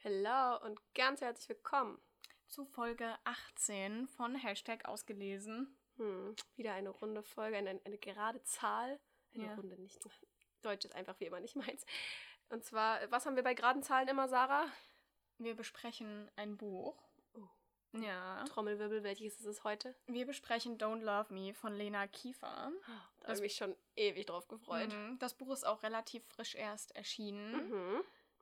Hello und ganz herzlich willkommen zu Folge 18 von #ausgelesen. Wieder eine runde Folge, eine gerade Zahl. Runde nicht. Deutsch ist einfach wie immer nicht meins. Und zwar, was haben wir bei geraden Zahlen immer, Sarah? Wir besprechen ein Buch. Oh. Ja. Trommelwirbel, welches ist es heute? Wir besprechen Don't Love Me von Lena Kiefer. Da habe ich mich schon ewig drauf gefreut. Das Buch ist auch relativ frisch erst erschienen.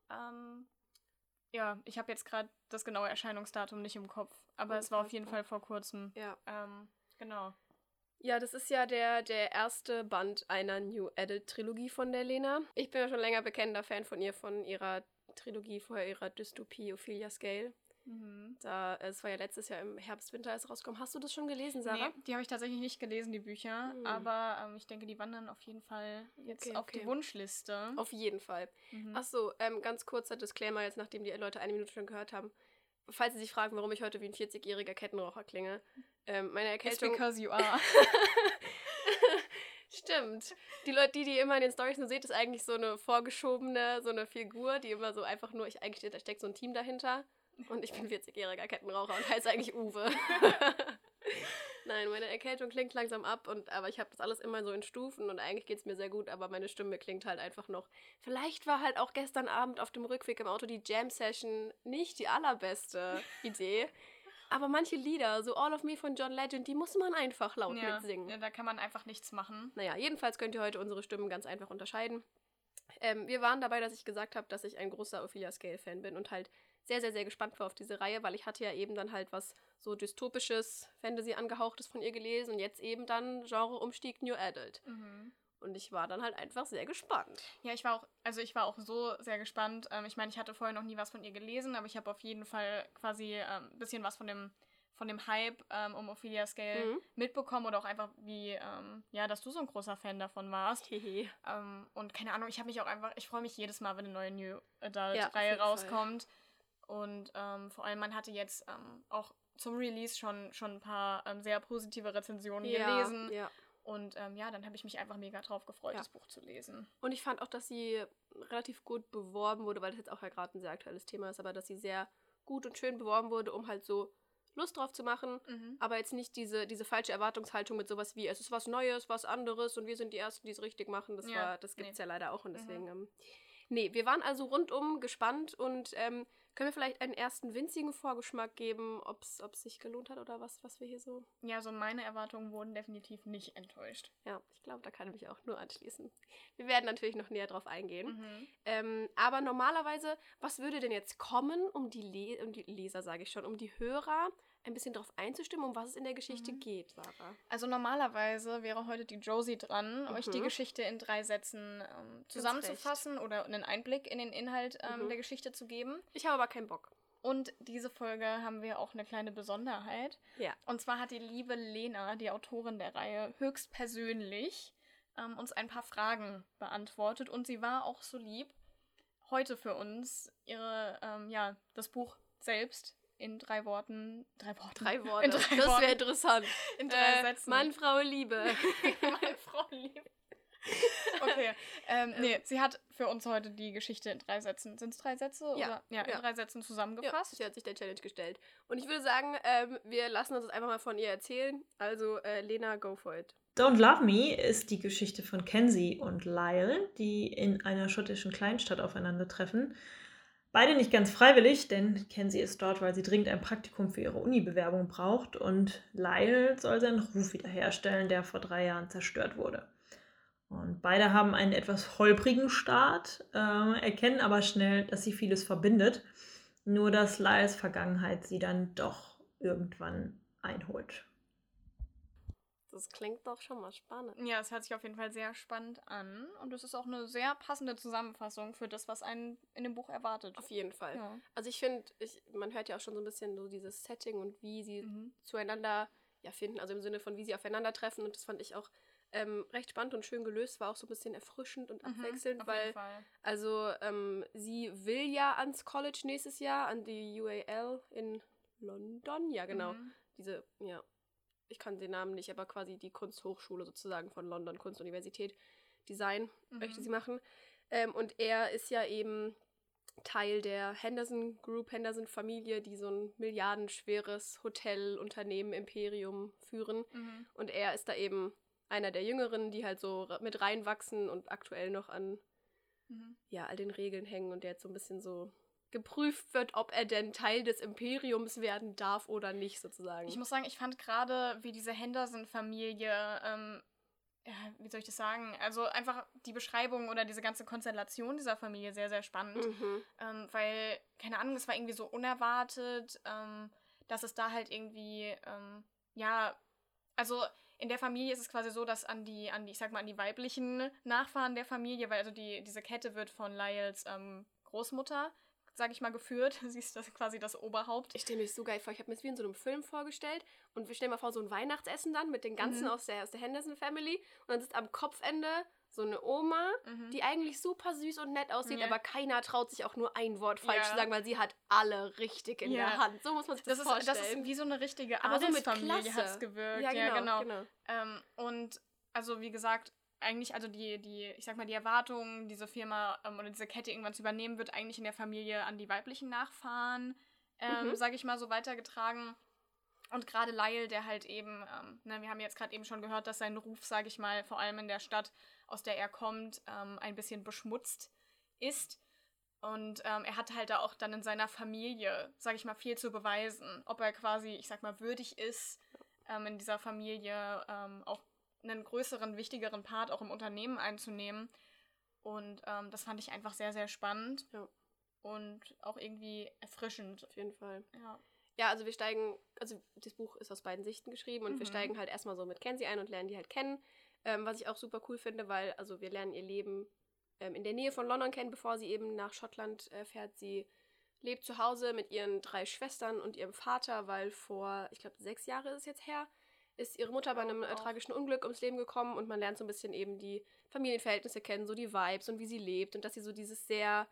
Ja, ich habe jetzt gerade das genaue Erscheinungsdatum nicht im Kopf, aber es war auf jeden Fall vor kurzem. Ja. Genau. Ja, das ist ja der erste Band einer New Adult-Trilogie von der Lena. Ich bin ja schon länger bekennender Fan von ihr, von ihrer Trilogie, vorher ihrer Dystopie Ophelia Scale. Es war ja letztes Jahr im Herbst-Winter erst rausgekommen. Hast du das schon gelesen, Sarah? Nee, die habe ich tatsächlich nicht gelesen, die Bücher. Aber ich denke, die wandern auf jeden Fall jetzt auf die Wunschliste. Auf jeden Fall. Achso, ganz kurzer Disclaimer jetzt, nachdem die Leute eine Minute schon gehört haben. Falls sie sich fragen, warum ich heute wie ein 40-jähriger Kettenraucher klinge. Meine Erkältung... It's because you are. Stimmt. Die Leute, die ihr immer in den Storys nur seht, ist eigentlich so eine vorgeschobene, so eine Figur, die immer so einfach nur, da steckt so ein Team dahinter. Und ich bin 40-jähriger Kettenraucher und heiße eigentlich Uwe. Nein, meine Erkältung klingt langsam ab, aber ich habe das alles immer so in Stufen und eigentlich geht es mir sehr gut, aber meine Stimme klingt halt einfach noch. Vielleicht war halt auch gestern Abend auf dem Rückweg im Auto die Jam-Session nicht die allerbeste Idee. Aber manche Lieder, so All of Me von John Legend, die muss man einfach laut mitsingen. Ja, da kann man einfach nichts machen. Naja, jedenfalls könnt ihr heute unsere Stimmen ganz einfach unterscheiden. Wir waren dabei, dass ich gesagt habe, dass ich ein großer Ophelia Scale-Fan bin und halt sehr, sehr, sehr gespannt war auf diese Reihe, weil ich hatte ja eben dann halt was so dystopisches, Fantasy angehauchtes von ihr gelesen und jetzt eben dann Genre-Umstieg New Adult. Und ich war dann halt einfach sehr gespannt. Ja, ich war auch so sehr gespannt. Ich meine, ich hatte vorher noch nie was von ihr gelesen, aber ich habe auf jeden Fall quasi ein bisschen was von dem Hype um Ophelia Scale mitbekommen oder auch einfach wie, dass du so ein großer Fan davon warst. Und keine Ahnung, ich freue mich jedes Mal, wenn eine neue New Adult-Reihe rauskommt. Und vor allem, man hatte jetzt auch zum Release schon ein paar sehr positive Rezensionen gelesen. Ja. Und dann habe ich mich einfach mega drauf gefreut, das Buch zu lesen. Und ich fand auch, dass sie relativ gut beworben wurde, weil das jetzt auch ja gerade ein sehr aktuelles Thema ist, aber dass sie sehr gut und schön beworben wurde, um halt so Lust drauf zu machen, aber jetzt nicht diese falsche Erwartungshaltung mit sowas wie, es ist was Neues, was anderes und wir sind die Ersten, die es richtig machen. Das gibt's ja leider auch und deswegen... wir waren also rundum gespannt und können wir vielleicht einen ersten winzigen Vorgeschmack geben, ob es sich gelohnt hat oder was wir hier so... Ja, so meine Erwartungen wurden definitiv nicht enttäuscht. Ja, ich glaube, da kann ich mich auch nur anschließen. Wir werden natürlich noch näher drauf eingehen. Aber normalerweise, was würde denn jetzt kommen, um die Leser, sage ich schon, um die Hörer ein bisschen drauf einzustimmen, um was es in der Geschichte geht, Sarah? Also normalerweise wäre heute die Josie dran, euch die Geschichte in 3 Sätzen zusammenzufassen oder einen Einblick in den Inhalt der Geschichte zu geben. Ich habe aber keinen Bock. Und diese Folge haben wir auch eine kleine Besonderheit. Ja. Und zwar hat die liebe Lena, die Autorin der Reihe, höchstpersönlich uns ein paar Fragen beantwortet. Und sie war auch so lieb, heute für uns das Buch selbst in 3 Worten. 3 Worte. 3 Worte. Das wäre interessant. In 3 Sätzen. Mann, Frau, Liebe. Mann, Frau, Liebe. Okay. Sie hat für uns heute die Geschichte in 3 Sätzen. Sind es 3 Sätze? Ja. Oder? Ja, in 3 Sätzen zusammengefasst. Ja, sie hat sich der Challenge gestellt. Und ich würde sagen, wir lassen uns das einfach mal von ihr erzählen. Also, Lena, go for it. Don't Love Me ist die Geschichte von Kenzie und Lyle, die in einer schottischen Kleinstadt aufeinandertreffen. Beide nicht ganz freiwillig, denn Kenzie ist dort, weil sie dringend ein Praktikum für ihre Uni-Bewerbung braucht und Lyle soll seinen Ruf wiederherstellen, der vor 3 Jahren zerstört wurde. Und beide haben einen etwas holprigen Start, erkennen aber schnell, dass sie vieles verbindet, nur dass Lyles Vergangenheit sie dann doch irgendwann einholt. Das klingt doch schon mal spannend. Ja, es hört sich auf jeden Fall sehr spannend an. Und es ist auch eine sehr passende Zusammenfassung für das, was einen in dem Buch erwartet. Auf jeden Fall. Ja. Also ich finde, man hört ja auch schon so ein bisschen so dieses Setting und wie sie zueinander finden, also im Sinne von, wie sie aufeinandertreffen. Und das fand ich auch recht spannend und schön gelöst. War auch so ein bisschen erfrischend und abwechselnd, auf jeden Fall. Also sie will ja ans College nächstes Jahr, an die UAL in London. Ja, genau. Ich kann den Namen nicht, aber quasi die Kunsthochschule sozusagen von London, Kunstuniversität, Design möchte sie machen. Und er ist ja eben Teil der Henderson Group, Henderson-Familie, die so ein milliardenschweres Hotelunternehmen, Imperium führen. Und er ist da eben einer der Jüngeren, die halt so mit reinwachsen und aktuell noch an all den Regeln hängen und der jetzt so ein bisschen so geprüft wird, ob er denn Teil des Imperiums werden darf oder nicht, sozusagen. Ich muss sagen, ich fand gerade, wie diese Henderson-Familie, wie soll ich das sagen? Also einfach die Beschreibung oder diese ganze Konstellation dieser Familie sehr, sehr spannend. Weil, keine Ahnung, es war irgendwie so unerwartet, dass es da halt irgendwie, also in der Familie ist es quasi so, dass an die weiblichen Nachfahren der Familie, weil also diese Kette wird von Lyles Großmutter, sag ich mal, geführt. Sie ist das quasi das Oberhaupt. Ich stelle mir das so geil vor. Ich habe mir das wie in so einem Film vorgestellt. Und wir stellen mal vor, so ein Weihnachtsessen dann mit den ganzen aus der Henderson Family. Und dann sitzt am Kopfende so eine Oma, die eigentlich super süß und nett aussieht, aber keiner traut sich auch nur ein Wort falsch zu sagen, weil sie hat alle richtig in der Hand. So muss man sich das vorstellen. Das ist wie so eine richtige Adelsfamilie, hat es gewirkt. Ja, genau. Und also wie gesagt, eigentlich, also die Erwartung, diese Firma oder diese Kette irgendwann zu übernehmen, wird eigentlich in der Familie an die weiblichen Nachfahren, sage ich mal, so weitergetragen. Und gerade Lyle, der halt eben, wir haben jetzt gerade eben schon gehört, dass sein Ruf, sage ich mal, vor allem in der Stadt, aus der er kommt, ein bisschen beschmutzt ist. Und er hat halt da auch dann in seiner Familie, sage ich mal, viel zu beweisen, ob er quasi, ich sag mal, würdig ist, in dieser Familie auch einen größeren, wichtigeren Part auch im Unternehmen einzunehmen. Und das fand ich einfach sehr, sehr spannend. Ja. Und auch irgendwie erfrischend. Auf jeden Fall. Ja, also das Buch ist aus beiden Sichten geschrieben und wir steigen halt erstmal so mit Kenzie ein und lernen die halt kennen. Was ich auch super cool finde, weil also wir lernen ihr Leben in der Nähe von London kennen, bevor sie eben nach Schottland fährt. Sie lebt zu Hause mit ihren 3 Schwestern und ihrem Vater, weil vor, ich glaube, 6 Jahre ist es jetzt her, ist ihre Mutter bei einem tragischen Unglück ums Leben gekommen und man lernt so ein bisschen eben die Familienverhältnisse kennen, so die Vibes und wie sie lebt und dass sie so dieses sehr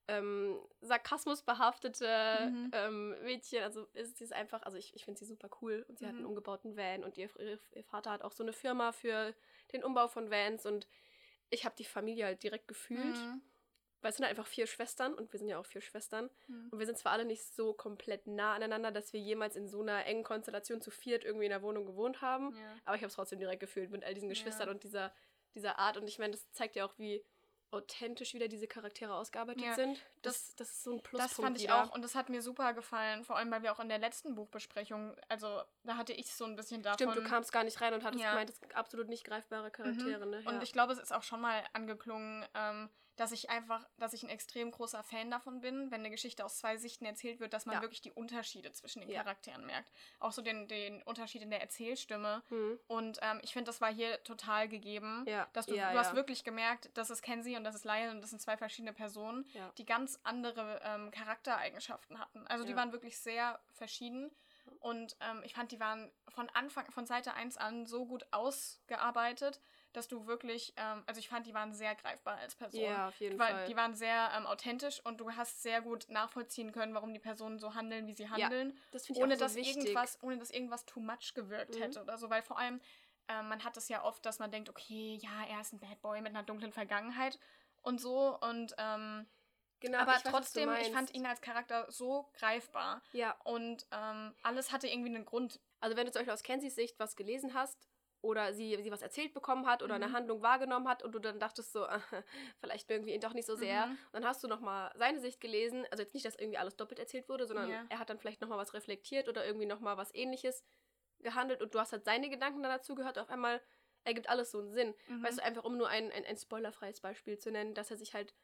sarkasmusbehaftete Mädchen, also ist sie einfach, also ich finde sie super cool und sie hat einen umgebauten Van und ihr Vater hat auch so eine Firma für den Umbau von Vans und ich habe die Familie halt direkt gefühlt, weil es sind halt einfach 4 Schwestern und wir sind ja auch 4 Schwestern und wir sind zwar alle nicht so komplett nah aneinander, dass wir jemals in so einer engen Konstellation zu 4 irgendwie in der Wohnung gewohnt haben, aber ich habe es trotzdem direkt gefühlt mit all diesen Geschwistern und dieser Art und ich meine, das zeigt ja auch, wie authentisch wieder diese Charaktere ausgearbeitet sind. Das ist so ein Pluspunkt. Das fand ich auch und das hat mir super gefallen, vor allem, weil wir auch in der letzten Buchbesprechung, also da hatte ich so ein bisschen davon... Stimmt, du kamst gar nicht rein und hattest gemeint, es sind absolut nicht greifbare Charaktere. Ne? Und ich glaube, es ist auch schon mal angeklungen, dass ich ein extrem großer Fan davon bin, wenn eine Geschichte aus 2 Sichten erzählt wird, dass man wirklich die Unterschiede zwischen den Charakteren merkt. Auch so den Unterschied in der Erzählstimme. Und ich finde, das war hier total gegeben. Dass du hast wirklich gemerkt, das ist Kenzie und das ist Lyle und das sind 2 verschiedene Personen, die ganz andere Charaktereigenschaften hatten. Also die waren wirklich sehr verschieden. Und ich fand, die waren von Seite 1 an so gut ausgearbeitet, dass du wirklich, also ich fand, die waren sehr greifbar als Person. Ja, auf jeden Fall. Die waren sehr authentisch und du hast sehr gut nachvollziehen können, warum die Personen so handeln, wie sie handeln. Ja, das finde ich auch so wichtig. Ohne dass irgendwas too much gewirkt hätte oder so, weil vor allem, man hat es ja oft, dass man denkt, okay, ja, er ist ein Bad Boy mit einer dunklen Vergangenheit und so und genau, aber trotzdem, ich fand ihn als Charakter so greifbar. Ja. Und alles hatte irgendwie einen Grund. Also wenn du zum Beispiel aus Kenzies Sicht was gelesen hast oder sie was erzählt bekommen hat oder eine Handlung wahrgenommen hat und du dann dachtest so, vielleicht mögen wir ihn doch nicht so sehr, dann hast du nochmal seine Sicht gelesen. Also jetzt nicht, dass irgendwie alles doppelt erzählt wurde, sondern er hat dann vielleicht nochmal was reflektiert oder irgendwie nochmal was Ähnliches gehandelt und du hast halt seine Gedanken dann dazu gehört. Auf einmal ergibt alles so einen Sinn. Weißt du, einfach um nur ein spoilerfreies Beispiel zu nennen, dass er sich halt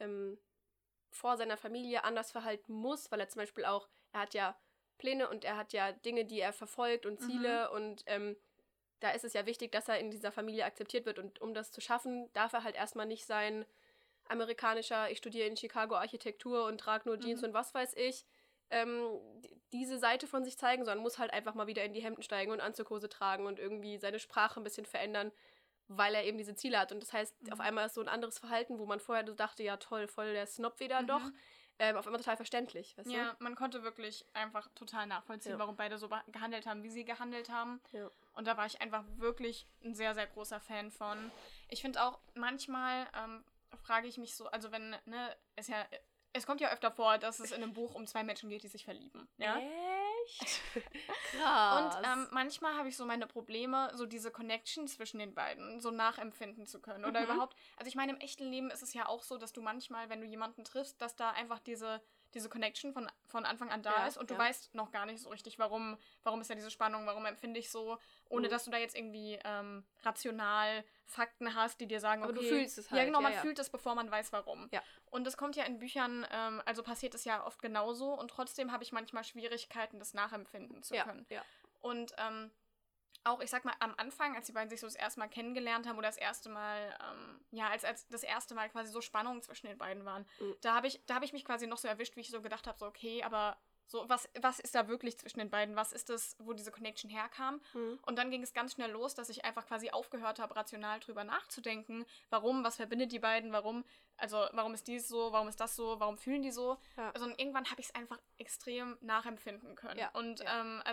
vor seiner Familie anders verhalten muss, weil er zum Beispiel auch, er hat ja Pläne und er hat ja Dinge, die er verfolgt und Ziele und da ist es ja wichtig, dass er in dieser Familie akzeptiert wird und um das zu schaffen, darf er halt erstmal nicht sein amerikanischer, ich studiere in Chicago Architektur und trage nur Jeans und was weiß ich, diese Seite von sich zeigen, sondern muss halt einfach mal wieder in die Hemden steigen und Anzughose tragen und irgendwie seine Sprache ein bisschen verändern, weil er eben diese Ziele hat. Und das heißt, auf einmal ist so ein anderes Verhalten, wo man vorher dachte, ja toll, voll der Snob wieder doch, auf einmal total verständlich. Weißt du? Ja, man konnte wirklich einfach total nachvollziehen, warum beide so gehandelt haben, wie sie gehandelt haben. Ja. Und da war ich einfach wirklich ein sehr, sehr großer Fan von. Ich finde auch, manchmal frage ich mich so, also wenn, es kommt ja öfter vor, dass es in einem Buch um 2 Menschen geht, die sich verlieben. Ja? Echt? Krass. Und manchmal habe ich so meine Probleme, so diese Connection zwischen den beiden so nachempfinden zu können. Oder überhaupt, also ich meine, im echten Leben ist es ja auch so, dass du manchmal, wenn du jemanden triffst, dass da einfach diese Connection von Anfang an da ist und du weißt noch gar nicht so richtig, warum ist da diese Spannung, warum empfinde ich so, ohne dass du da jetzt irgendwie rational Fakten hast, die dir sagen, aber okay, du fühlst es halt. Ja, genau, man fühlt es, bevor man weiß, warum. Ja. Und das kommt ja in Büchern, also passiert es ja oft genauso und trotzdem habe ich manchmal Schwierigkeiten, das nachempfinden zu können. Ja. Und auch, ich sag mal, am Anfang, als die beiden sich so das erste Mal kennengelernt haben oder das erste Mal, als das erste Mal quasi so Spannungen zwischen den beiden waren, da hab ich mich quasi noch so erwischt, wie ich so gedacht habe, so okay, aber so, was ist da wirklich zwischen den beiden? Was ist das, wo diese Connection herkam? Und dann ging es ganz schnell los, dass ich einfach quasi aufgehört habe, rational drüber nachzudenken. Warum? Was verbindet die beiden? Warum ist dies so? Warum ist das so? Warum fühlen die so? Ja. Also irgendwann habe ich es einfach extrem nachempfinden können. Ja. Und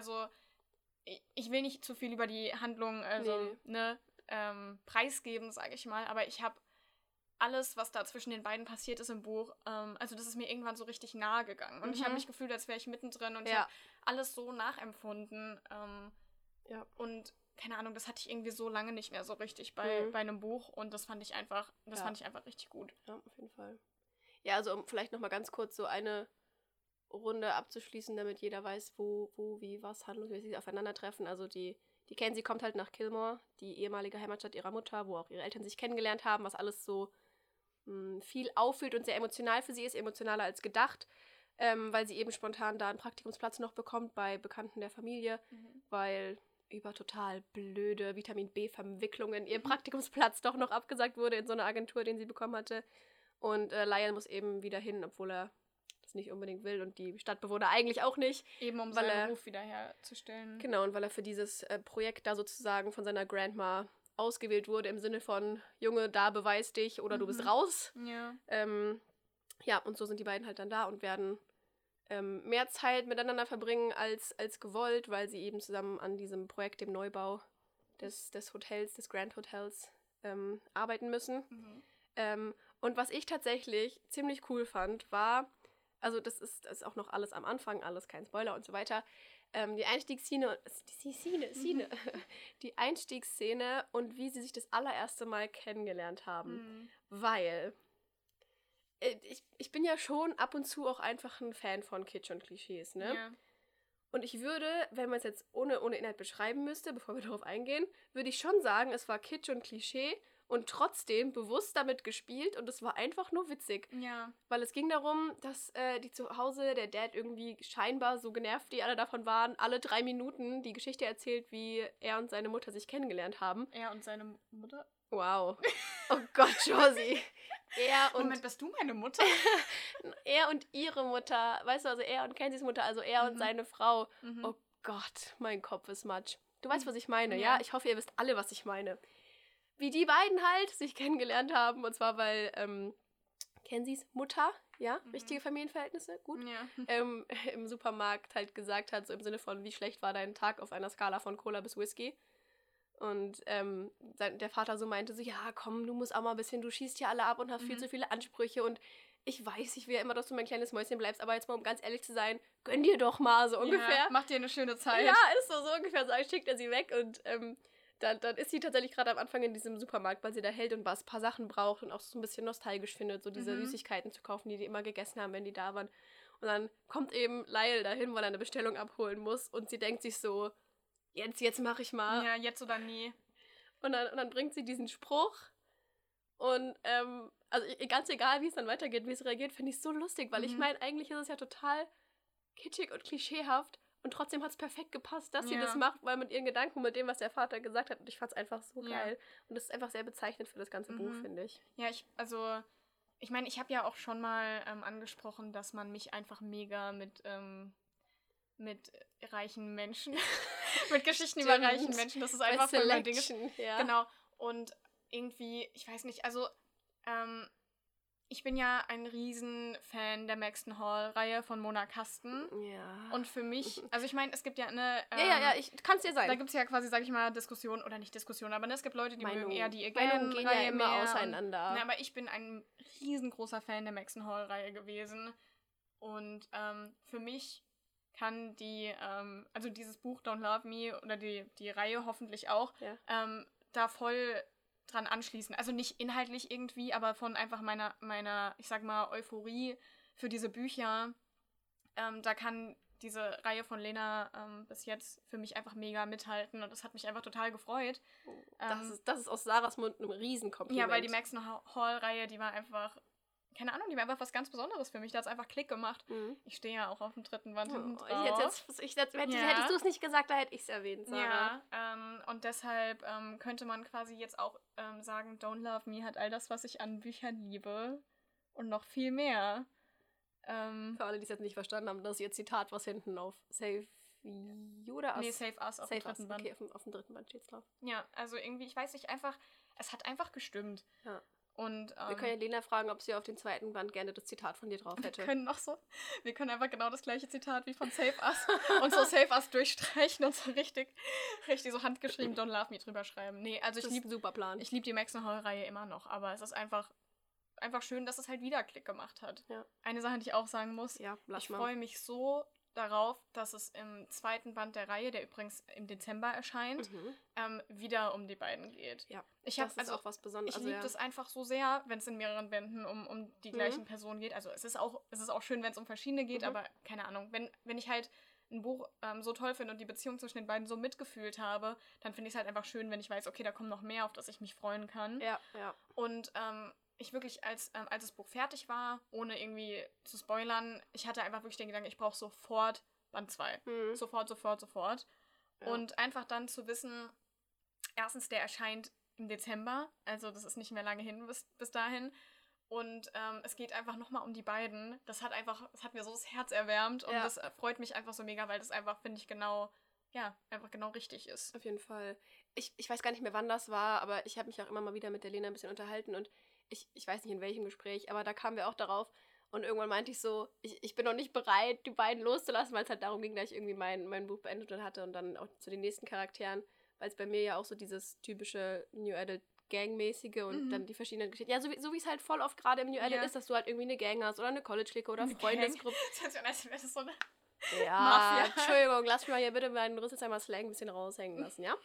ich will nicht zu viel über die Handlung preisgeben, sage ich mal, aber ich habe alles, was da zwischen den beiden passiert ist im Buch, also das ist mir irgendwann so richtig nahe gegangen. Und ich habe mich gefühlt, als wäre ich mittendrin und ich habe alles so nachempfunden. Und keine Ahnung, das hatte ich irgendwie so lange nicht mehr so richtig bei einem Buch und das fand ich einfach richtig gut. Ja, auf jeden Fall. Ja, also um vielleicht nochmal ganz kurz so eine Runde abzuschließen, damit jeder weiß, wo wie, was handlungsmäßig aufeinandertreffen. Also die Kenzie kommt halt nach Kilmore, die ehemalige Heimatstadt ihrer Mutter, wo auch ihre Eltern sich kennengelernt haben, was alles so viel auffühlt und sehr emotional für sie ist, emotionaler als gedacht, weil sie eben spontan da einen Praktikumsplatz noch bekommt bei Bekannten der Familie, weil über total blöde Vitamin-B-Verwicklungen ihr Praktikumsplatz doch noch abgesagt wurde in so einer Agentur, den sie bekommen hatte. Und Lyle muss eben wieder hin, obwohl er das nicht unbedingt will und die Stadtbewohner eigentlich auch nicht. Eben um seinen Ruf wiederherzustellen. Genau, und weil er für dieses Projekt da sozusagen von seiner Grandma ausgewählt wurde, im Sinne von, Junge, da beweis dich oder du bist raus. Ja. Und so sind die beiden halt dann da und werden mehr Zeit miteinander verbringen als gewollt, weil sie eben zusammen an diesem Projekt, dem Neubau des Hotels, des Grand Hotels, arbeiten müssen. Und was ich tatsächlich ziemlich cool fand, war, also das ist auch noch alles am Anfang, alles kein Spoiler und so weiter, die Einstiegsszene und wie sie sich das allererste Mal kennengelernt haben. Weil ich bin ja schon ab und zu auch einfach ein Fan von Kitsch und Klischees, ne? Ja. Und ich würde, wenn man es jetzt ohne Inhalt beschreiben müsste, bevor wir darauf eingehen, würde ich schon sagen, es war Kitsch und Klischee und trotzdem bewusst damit gespielt und es war einfach nur witzig. Ja. Weil es ging darum, dass die zu Hause, der Dad irgendwie scheinbar so genervt, die alle davon waren, alle 3 Minuten die Geschichte erzählt, wie er und seine Mutter sich kennengelernt haben. Er und seine Mutter? Wow. Oh Gott, Josie. Moment, bist du meine Mutter? Er und ihre Mutter, weißt du, also er und Kenzies Mutter, also er und seine Frau. Oh Gott, mein Kopf ist matsch. Du weißt, was ich meine, ja? Ich hoffe, ihr wisst alle, was ich meine. Wie die beiden halt sich kennengelernt haben, und zwar, weil Kenzies Mutter, ja, richtige Familienverhältnisse, gut, im Supermarkt halt gesagt hat, so im Sinne von, wie schlecht war dein Tag auf einer Skala von Cola bis Whisky. Und der Vater so meinte so, ja, komm, du musst auch mal ein bisschen, du schießt hier alle ab und hast viel zu viele Ansprüche und ich weiß, ich will ja immer, dass du mein kleines Mäuschen bleibst, aber jetzt mal, um ganz ehrlich zu sein, gönn dir doch mal, so ungefähr. Ja, mach dir eine schöne Zeit. Ja, ist so ungefähr, so schickt er sie weg und dann ist sie tatsächlich gerade am Anfang in diesem Supermarkt, weil sie da hält und ein paar Sachen braucht und auch so ein bisschen nostalgisch findet, so diese Süßigkeiten zu kaufen, die immer gegessen haben, wenn die da waren. Und dann kommt eben Lyle dahin, weil er eine Bestellung abholen muss und sie denkt sich so, jetzt mach ich mal. Ja, jetzt oder nie. Und dann bringt sie diesen Spruch und also ganz egal, wie es dann weitergeht, wie es reagiert, finde ich es so lustig, weil ich meine, eigentlich ist es ja total kitschig und klischeehaft und trotzdem hat es perfekt gepasst, dass sie das macht, weil mit ihren Gedanken, mit dem, was der Vater gesagt hat, und ich fand es einfach so geil. Und das ist einfach sehr bezeichnend für das ganze Buch, finde ich. Ja, ich meine, ich habe ja auch schon mal angesprochen, dass man mich einfach mega mit reichen Menschen, mit Geschichten über reichen Menschen, das ist einfach voll mein Ding. Ja. Genau. Und irgendwie, ich weiß nicht, also ich bin ja ein Riesen-Fan der Maxton Hall-Reihe von Mona Kasten. Ja. Und für mich, also ich meine, es gibt ja eine... ja, ich kann es dir sein. Da gibt es ja quasi, sag ich mal, Diskussionen, oder nicht Diskussionen, aber es gibt Leute, die mögen eher die Meinungen gehen ja immer auseinander. Aber ich bin ein riesengroßer Fan der Maxton Hall-Reihe gewesen. Und für mich kann also dieses Buch Don't Love Me oder die Reihe hoffentlich auch, da voll dran anschließen. Also nicht inhaltlich irgendwie, aber von einfach meiner ich sag mal, Euphorie für diese Bücher. Da kann diese Reihe von Lena bis jetzt für mich einfach mega mithalten und das hat mich einfach total gefreut. Das ist aus Sarahs Mund ein Riesenkompliment. Ja, weil die Maxton Hall-Reihe, die war einfach, keine Ahnung, die war einfach was ganz Besonderes für mich. Da hat es einfach Klick gemacht. Mhm. Ich stehe ja auch auf dem 3. Band hinten drauf. Hättest du es nicht gesagt, da hätte ich es erwähnt, Sarah. Ja, und deshalb könnte man quasi jetzt auch sagen, Don't Love Me hat all das, was ich an Büchern liebe und noch viel mehr. Für alle, die es jetzt nicht verstanden haben, das ist ihr Zitat, was hinten auf Save You oder Us? Nee, Save Us auf dem 3. Band. Okay, auf dem 3. Band steht es drauf. Ja, also irgendwie, ich weiß nicht, es hat einfach gestimmt. Ja. Und, wir können ja Lena fragen, ob sie auf dem 2. Band gerne das Zitat von dir drauf hätte. Wir können einfach genau das gleiche Zitat wie von Save Us und so Save Us durchstreichen und so richtig so handgeschrieben Don't Love Me drüber schreiben. Nee, also ich liebe die Maxton Hall-Reihe immer noch, aber es ist einfach schön, dass es halt wieder Klick gemacht hat. Ja. Eine Sache, die ich auch sagen muss, ich freue mich so darauf, dass es im 2. Band der Reihe, der übrigens im Dezember erscheint, wieder um die beiden geht. Ja, das ist auch was Besonderes. Ich liebe das einfach so sehr, wenn es in mehreren Bänden um die gleichen Personen geht. Also es ist auch schön, wenn es um verschiedene geht, aber keine Ahnung, wenn ich halt ein Buch so toll finde und die Beziehung zwischen den beiden so mitgefühlt habe, dann finde ich es halt einfach schön, wenn ich weiß, okay, da kommt noch mehr, auf das ich mich freuen kann. Ja. Und ich wirklich, als das Buch fertig war, ohne irgendwie zu spoilern, ich hatte einfach wirklich den Gedanken, ich brauche sofort Band 2. Sofort. Ja. Und einfach dann zu wissen, erstens, der erscheint im Dezember, also das ist nicht mehr lange hin bis dahin. Und es geht einfach nochmal um die beiden. Das hat mir so das Herz erwärmt und das freut mich einfach so mega, weil das einfach, finde ich, einfach genau richtig ist. Auf jeden Fall. Ich weiß gar nicht mehr, wann das war, aber ich habe mich auch immer mal wieder mit der Lena ein bisschen unterhalten und ich weiß nicht in welchem Gespräch, aber da kamen wir auch darauf und irgendwann meinte ich so, ich bin noch nicht bereit, die beiden loszulassen, weil es halt darum ging, dass ich irgendwie mein Buch beendet hatte und dann auch zu den nächsten Charakteren, weil es bei mir ja auch so dieses typische New Adult Gang-mäßige und dann die verschiedenen Geschichten. Ja, so wie es halt voll oft gerade im New Adult ist, dass du halt irgendwie eine Gang hast oder eine College-Clique oder Freundesgruppe. Das hört sich an, als wäre das so eine ja, Mafia. Entschuldigung, lass mich mal hier bitte meinen Rüsselsheimer-Slang ein bisschen raushängen lassen, ja?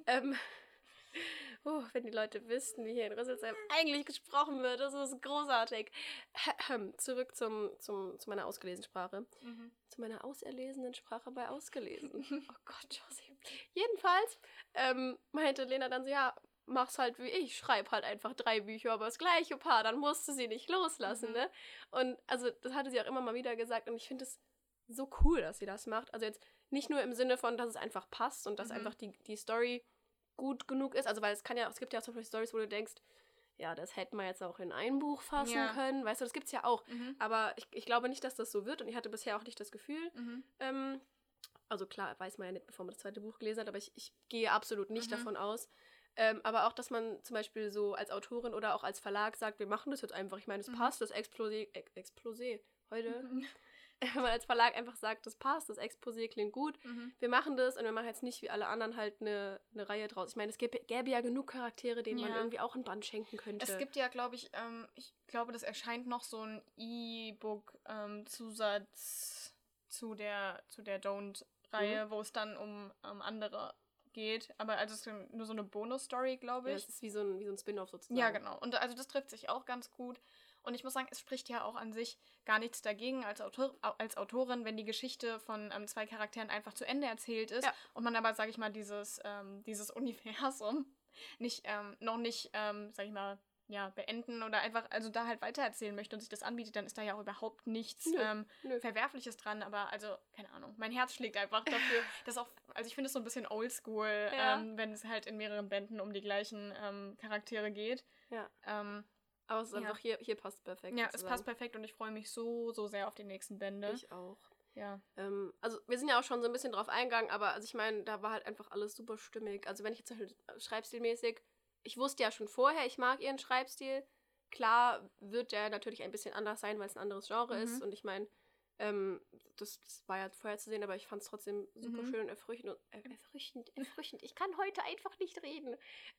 Wenn die Leute wüssten, wie hier in Rüsselsheim eigentlich gesprochen wird, das ist großartig. Zurück zu meiner ausgelesenen Sprache. Zu meiner auserlesenen Sprache bei Ausgelesen. Oh Gott, Josie. Jedenfalls meinte Lena dann so, ja, mach's halt wie ich, schreib halt einfach 3 Bücher über das gleiche Paar, dann musst du sie nicht loslassen, ne? Und also das hatte sie auch immer mal wieder gesagt und ich finde es so cool, dass sie das macht. Also jetzt nicht nur im Sinne von, dass es einfach passt und dass einfach die Story gut genug ist, also weil es gibt ja auch zum Beispiel Storys, wo du denkst, ja, das hätten wir jetzt auch in ein Buch fassen können, weißt du, das gibt's ja auch, aber ich glaube nicht, dass das so wird und ich hatte bisher auch nicht das Gefühl, also klar, weiß man ja nicht, bevor man das 2. Buch gelesen hat, aber ich gehe absolut nicht davon aus, aber auch, dass man zum Beispiel so als Autorin oder auch als Verlag sagt, wir machen das jetzt einfach, ich meine, es passt, das Exposé heute, wenn man als Verlag einfach sagt, das passt, das Exposé klingt gut, wir machen das und wir machen jetzt nicht wie alle anderen halt eine Reihe draus. Ich meine, es gäbe ja genug Charaktere, denen man irgendwie auch ein Band schenken könnte. Es gibt ja, glaube ich glaube, das erscheint noch so ein E-Book-Zusatz zu der Don't-Reihe, wo es dann um andere geht, aber also es ist nur so eine Bonus-Story, glaube ich. Ja, das ist wie so ein Spin-off sozusagen. Ja, genau. Und also das trifft sich auch ganz gut. Und ich muss sagen, es spricht ja auch an sich gar nichts dagegen als Autorin, wenn die Geschichte von 2 Charakteren einfach zu Ende erzählt ist und man aber, sag ich mal, dieses Universum noch nicht, sag ich mal, beenden oder einfach, also da halt weitererzählen möchte und sich das anbietet, dann ist da ja auch überhaupt nichts Verwerfliches dran, aber also, keine Ahnung, mein Herz schlägt einfach dafür, dass auch, also ich finde es so ein bisschen oldschool, wenn es halt in mehreren Bänden um die gleichen Charaktere geht. Ja. Aber es ist einfach, hier passt perfekt. Ja, sozusagen. Es passt perfekt und ich freue mich so, so sehr auf die nächsten Bände. Ich auch. Ja. Also wir sind ja auch schon so ein bisschen drauf eingegangen, aber also ich meine, da war halt einfach alles super stimmig. Also wenn ich jetzt halt schreibstilmäßig, ich wusste ja schon vorher, ich mag ihren Schreibstil. klar wird der natürlich ein bisschen anders sein, weil es ein anderes Genre ist. Und ich meine, das war ja vorher zu sehen, aber ich fand es trotzdem super schön und erfrischend. Erfrischend. Ich kann heute einfach nicht reden.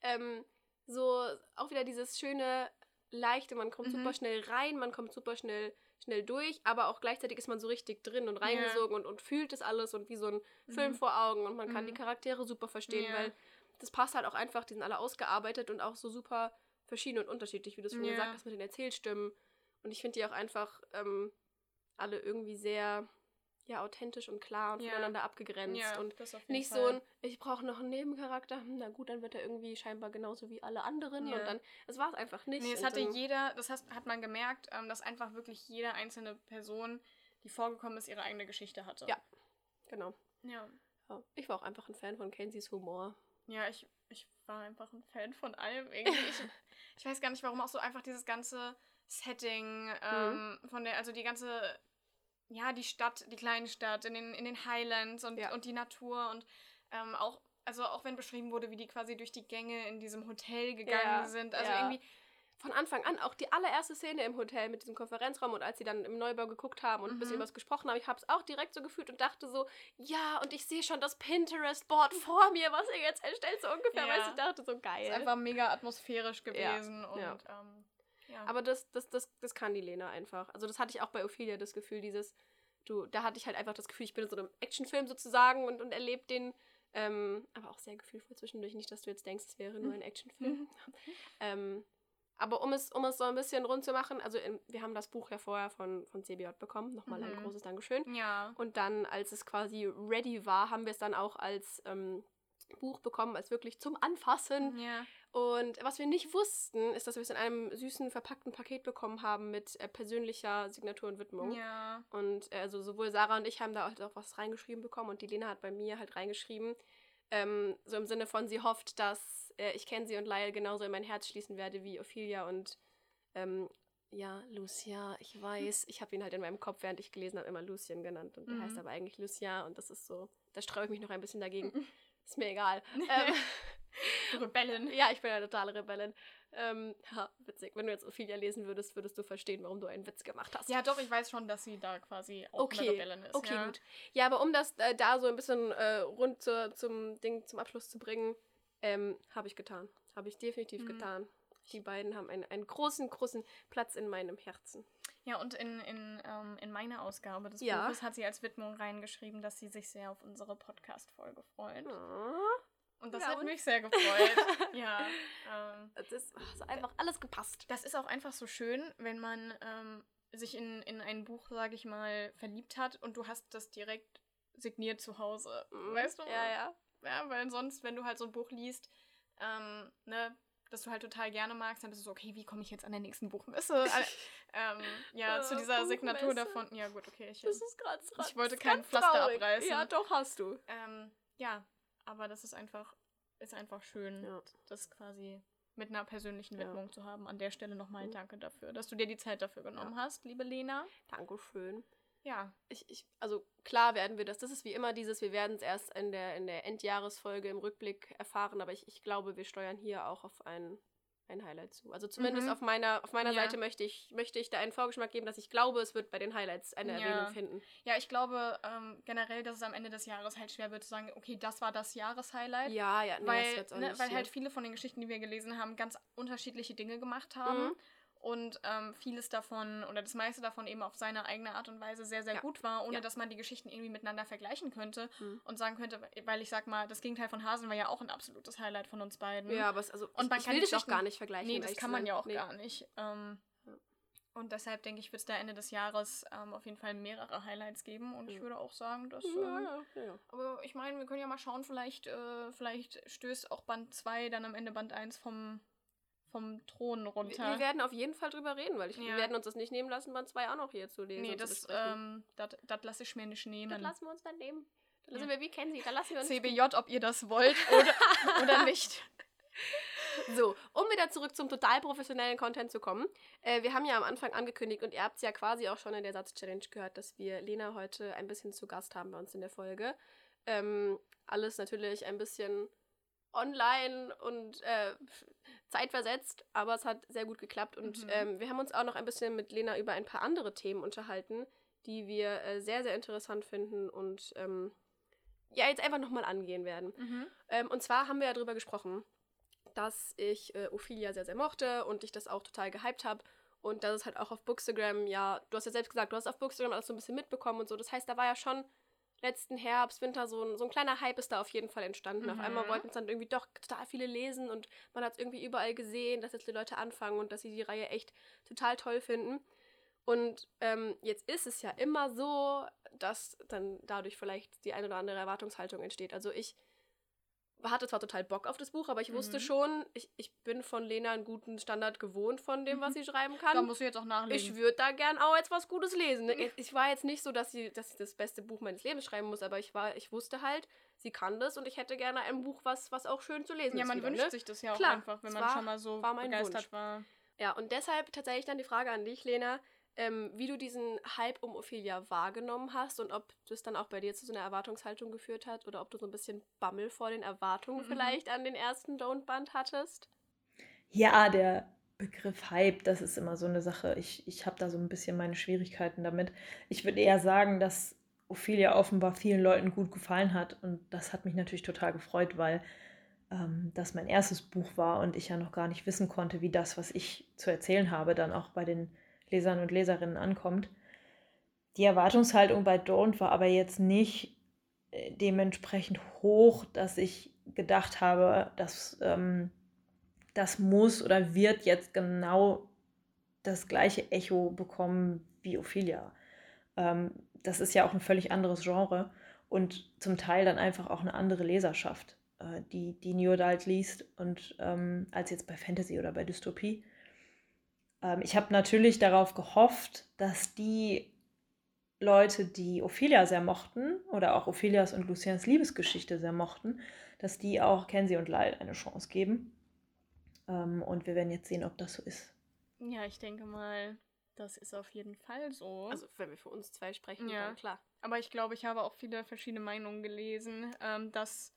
So auch wieder dieses schöne, leichte, man kommt super schnell rein, man kommt super schnell durch, aber auch gleichzeitig ist man so richtig drin und reingesogen und fühlt das alles und wie so ein Film vor Augen und man kann die Charaktere super verstehen, weil das passt halt auch einfach, die sind alle ausgearbeitet und auch so super verschieden und unterschiedlich, wie du es schon gesagt hast mit den Erzählstimmen. Und ich finde die auch einfach alle irgendwie sehr authentisch und klar und voneinander abgegrenzt und nicht so ein, ich brauche noch einen Nebencharakter, na gut, dann wird er irgendwie scheinbar genauso wie alle anderen und dann, das war es einfach nicht. Nee, es hatte jeder, das hat man gemerkt, dass einfach wirklich jede einzelne Person, die vorgekommen ist, ihre eigene Geschichte hatte. Ja, genau. Ja. Ich war auch einfach ein Fan von Kenzies Humor. Ja, ich war einfach ein Fan von allem irgendwie. Ich weiß gar nicht, warum auch so einfach dieses ganze Setting von der, also die ganze, die Stadt, die kleine Stadt in den Highlands und die Natur und auch wenn beschrieben wurde, wie die quasi durch die Gänge in diesem Hotel gegangen sind, also irgendwie von Anfang an, auch die allererste Szene im Hotel mit diesem Konferenzraum und als sie dann im Neubau geguckt haben und ein bisschen was gesprochen haben, ich habe es auch direkt so gefühlt und dachte so, ja, und ich sehe schon das Pinterest-Board vor mir, was ihr jetzt erstellt, so ungefähr, weil ich dachte, so geil. Ist einfach mega atmosphärisch gewesen und aber das kann die Lena einfach. Also das hatte ich auch bei Ophelia, das Gefühl, da hatte ich halt einfach das Gefühl, ich bin in so einem Actionfilm sozusagen und erlebe den, aber auch sehr gefühlvoll zwischendurch, nicht, dass du jetzt denkst, es wäre nur ein Actionfilm. Aber um es so ein bisschen rund zu machen, also wir haben das Buch ja vorher von CBJ bekommen, nochmal ein großes Dankeschön. Ja. Und dann, als es quasi ready war, haben wir es dann auch als Buch bekommen, als wirklich zum Anfassen. Ja. Und was wir nicht wussten, ist, dass wir es in einem süßen, verpackten Paket bekommen haben mit persönlicher Signatur und Widmung. Ja. Und also sowohl Sarah und ich haben da halt auch was reingeschrieben bekommen und die Lena hat bei mir halt reingeschrieben, so im Sinne von, sie hofft, dass ich Kenzie und Lyle genauso in mein Herz schließen werde wie Ophelia und Lucia, ich weiß, ich habe ihn halt in meinem Kopf, während ich gelesen habe, immer Lucien genannt und der heißt aber eigentlich Lucien und das ist so, da sträube ich mich noch ein bisschen dagegen. Ist mir egal. Du Rebellin. Ja, ich bin eine totale Rebellin. Witzig. Wenn du jetzt Ophelia lesen würdest du verstehen, warum du einen Witz gemacht hast. Ja, doch, ich weiß schon, dass sie da quasi auch eine Rebellin ist. Okay, gut. Ja, aber um das da so ein bisschen rund zum Abschluss zu bringen, habe ich getan. Habe ich definitiv getan. Die beiden haben einen großen, großen Platz in meinem Herzen. Ja, und in meiner Ausgabe des Buches hat sie als Widmung reingeschrieben, dass sie sich sehr auf unsere Podcast-Folge freut. Und das hat mich sehr gefreut. Ja. Das ist einfach alles gepasst. Das ist auch einfach so schön, wenn man sich in ein Buch, sage ich mal, verliebt hat und du hast das direkt signiert zu Hause. Weißt du? Ja. Ja, weil sonst, wenn du halt so ein Buch liest, das du halt total gerne magst, dann bist du so, okay, wie komme ich jetzt an der nächsten Buchmesse? Zu dieser Signatur davon. Ja, gut, okay. Das ist gerade ich wollte kein Pflaster abreißen. Ja, doch, hast du. Aber das ist einfach schön, das quasi mit einer persönlichen Widmung zu haben. An der Stelle nochmal danke dafür, dass du dir die Zeit dafür genommen hast, liebe Lena. Dankeschön. Ja. Also klar werden wir das ist wie immer wir werden es erst in der Endjahresfolge im Rückblick erfahren, aber ich glaube, wir steuern hier auch auf ein Highlight zu. Also zumindest auf meiner Seite möchte ich da einen Vorgeschmack geben, dass ich glaube, es wird bei den Highlights eine Erwähnung finden. Ja, ich glaube generell, dass es am Ende des Jahres halt schwer wird zu sagen, okay, das war das Jahreshighlight. Ja, weil halt viele von den Geschichten, die wir gelesen haben, ganz unterschiedliche Dinge gemacht haben. Und vieles davon oder das meiste davon eben auf seine eigene Art und Weise sehr, sehr gut war, ohne dass man die Geschichten irgendwie miteinander vergleichen könnte und sagen könnte, weil ich sag mal, das Gegenteil von Hasen war ja auch ein absolutes Highlight von uns beiden. Ja, aber ich will das auch gar nicht vergleichen. Nee, das kann man ja auch gar nicht. Und deshalb denke ich, wird es da Ende des Jahres auf jeden Fall mehrere Highlights geben und ich würde auch sagen, dass... Aber ich meine, wir können ja mal schauen, vielleicht stößt auch Band 2 dann am Ende Band 1 vom Thron runter. Wir werden auf jeden Fall drüber reden, weil wir werden uns das nicht nehmen lassen, Band 2 auch noch hier zu lesen. Nee, das lasse ich mir nicht nehmen. Das lassen wir uns dann nehmen. Dann sind wir wie Kenzie, da lassen wir uns... CBJ, ob ihr das wollt oder nicht. So, um wieder zurück zum total professionellen Content zu kommen. Wir haben ja am Anfang angekündigt und ihr habt es ja quasi auch schon in der Satz-Challenge gehört, dass wir Lena heute ein bisschen zu Gast haben bei uns in der Folge. Alles natürlich ein bisschen online und zeitversetzt, aber es hat sehr gut geklappt und wir haben uns auch noch ein bisschen mit Lena über ein paar andere Themen unterhalten, die wir sehr, sehr interessant finden und jetzt einfach nochmal angehen werden. Und zwar haben wir ja darüber gesprochen, dass ich Ophelia sehr, sehr mochte und ich das auch total gehypt habe und dass es halt auch auf Bookstagram, ja, du hast ja selbst gesagt, du hast auf Bookstagram alles so ein bisschen mitbekommen und so, das heißt, da war ja schon letzten Herbst, Winter so ein kleiner Hype ist da auf jeden Fall entstanden. Auf einmal wollten es dann irgendwie doch total viele lesen und man hat es irgendwie überall gesehen, dass jetzt die Leute anfangen und dass sie die Reihe echt total toll finden. Und jetzt ist es ja immer so, dass dann dadurch vielleicht die eine oder andere Erwartungshaltung entsteht. Also ich hatte zwar total Bock auf das Buch, aber ich wusste schon, ich bin von Lena einen guten Standard gewohnt von dem, was sie schreiben kann. Da musst du jetzt auch nachlesen. Ich würde da gern auch jetzt was Gutes lesen. Ich war jetzt nicht so, dass ich das beste Buch meines Lebens schreiben muss, aber ich wusste halt, sie kann das und ich hätte gerne ein Buch, was auch schön zu lesen ist. Ja, man wünscht sich das ja auch einfach, wenn man schon mal so begeistert war. Ja, und deshalb tatsächlich dann die Frage an dich, Lena, wie du diesen Hype um Ophelia wahrgenommen hast und ob das dann auch bei dir zu so einer Erwartungshaltung geführt hat oder ob du so ein bisschen Bammel vor den Erwartungen vielleicht an den ersten Don't-Band hattest. Ja, der Begriff Hype, das ist immer so eine Sache. Ich habe da so ein bisschen meine Schwierigkeiten damit. Ich würde eher sagen, dass Ophelia offenbar vielen Leuten gut gefallen hat und das hat mich natürlich total gefreut, weil das mein erstes Buch war und ich ja noch gar nicht wissen konnte, wie das, was ich zu erzählen habe, dann auch bei den Lesern und Leserinnen ankommt. Die Erwartungshaltung bei Don't war aber jetzt nicht dementsprechend hoch, dass ich gedacht habe, dass das muss oder wird jetzt genau das gleiche Echo bekommen wie Ophelia. Das ist ja auch ein völlig anderes Genre und zum Teil dann einfach auch eine andere Leserschaft, die New Adult liest und als jetzt bei Fantasy oder bei Dystopie. Ich habe natürlich darauf gehofft, dass die Leute, die Ophelia sehr mochten oder auch Ophelias und Luciens Liebesgeschichte sehr mochten, dass die auch Kenzie und Lyle eine Chance geben. Und wir werden jetzt sehen, ob das so ist. Ja, ich denke mal, das ist auf jeden Fall so. Also wenn wir für uns zwei sprechen, dann klar. Aber ich glaube, ich habe auch viele verschiedene Meinungen gelesen, dass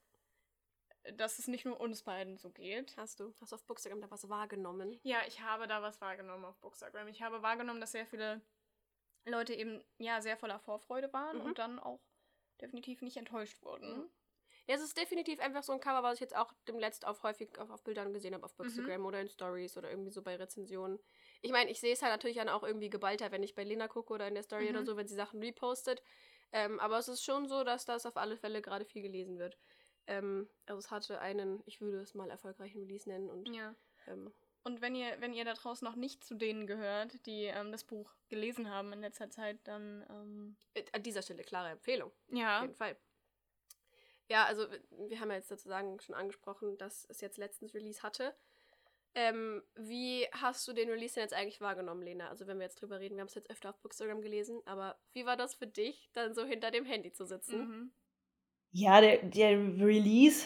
es nicht nur uns beiden so geht. Hast du auf Bookstagram da was wahrgenommen? Ja, ich habe da was wahrgenommen auf Bookstagram. Ich habe wahrgenommen, dass sehr viele Leute eben sehr voller Vorfreude waren und dann auch definitiv nicht enttäuscht wurden. Ja, es ist definitiv einfach so ein Cover, was ich jetzt auch demnächst häufig auf Bildern gesehen habe, auf Bookstagram oder in Stories oder irgendwie so bei Rezensionen. Ich meine, ich sehe es halt natürlich dann auch irgendwie geballter, wenn ich bei Lena gucke oder in der Story oder so, wenn sie Sachen repostet. Aber es ist schon so, dass das auf alle Fälle gerade viel gelesen wird. Also es hatte einen, ich würde es mal erfolgreichen Release nennen. Und, und wenn ihr da draußen noch nicht zu denen gehört, die das Buch gelesen haben in letzter Zeit, dann an dieser Stelle klare Empfehlung. Ja. Auf jeden Fall. Ja, also wir haben ja jetzt sozusagen schon angesprochen, dass es jetzt letztens Release hatte. Wie hast du den Release denn jetzt eigentlich wahrgenommen, Lena? Also wenn wir jetzt drüber reden, wir haben es jetzt öfter auf Bookstagram gelesen, aber wie war das für dich, dann so hinter dem Handy zu sitzen? Ja, der Release,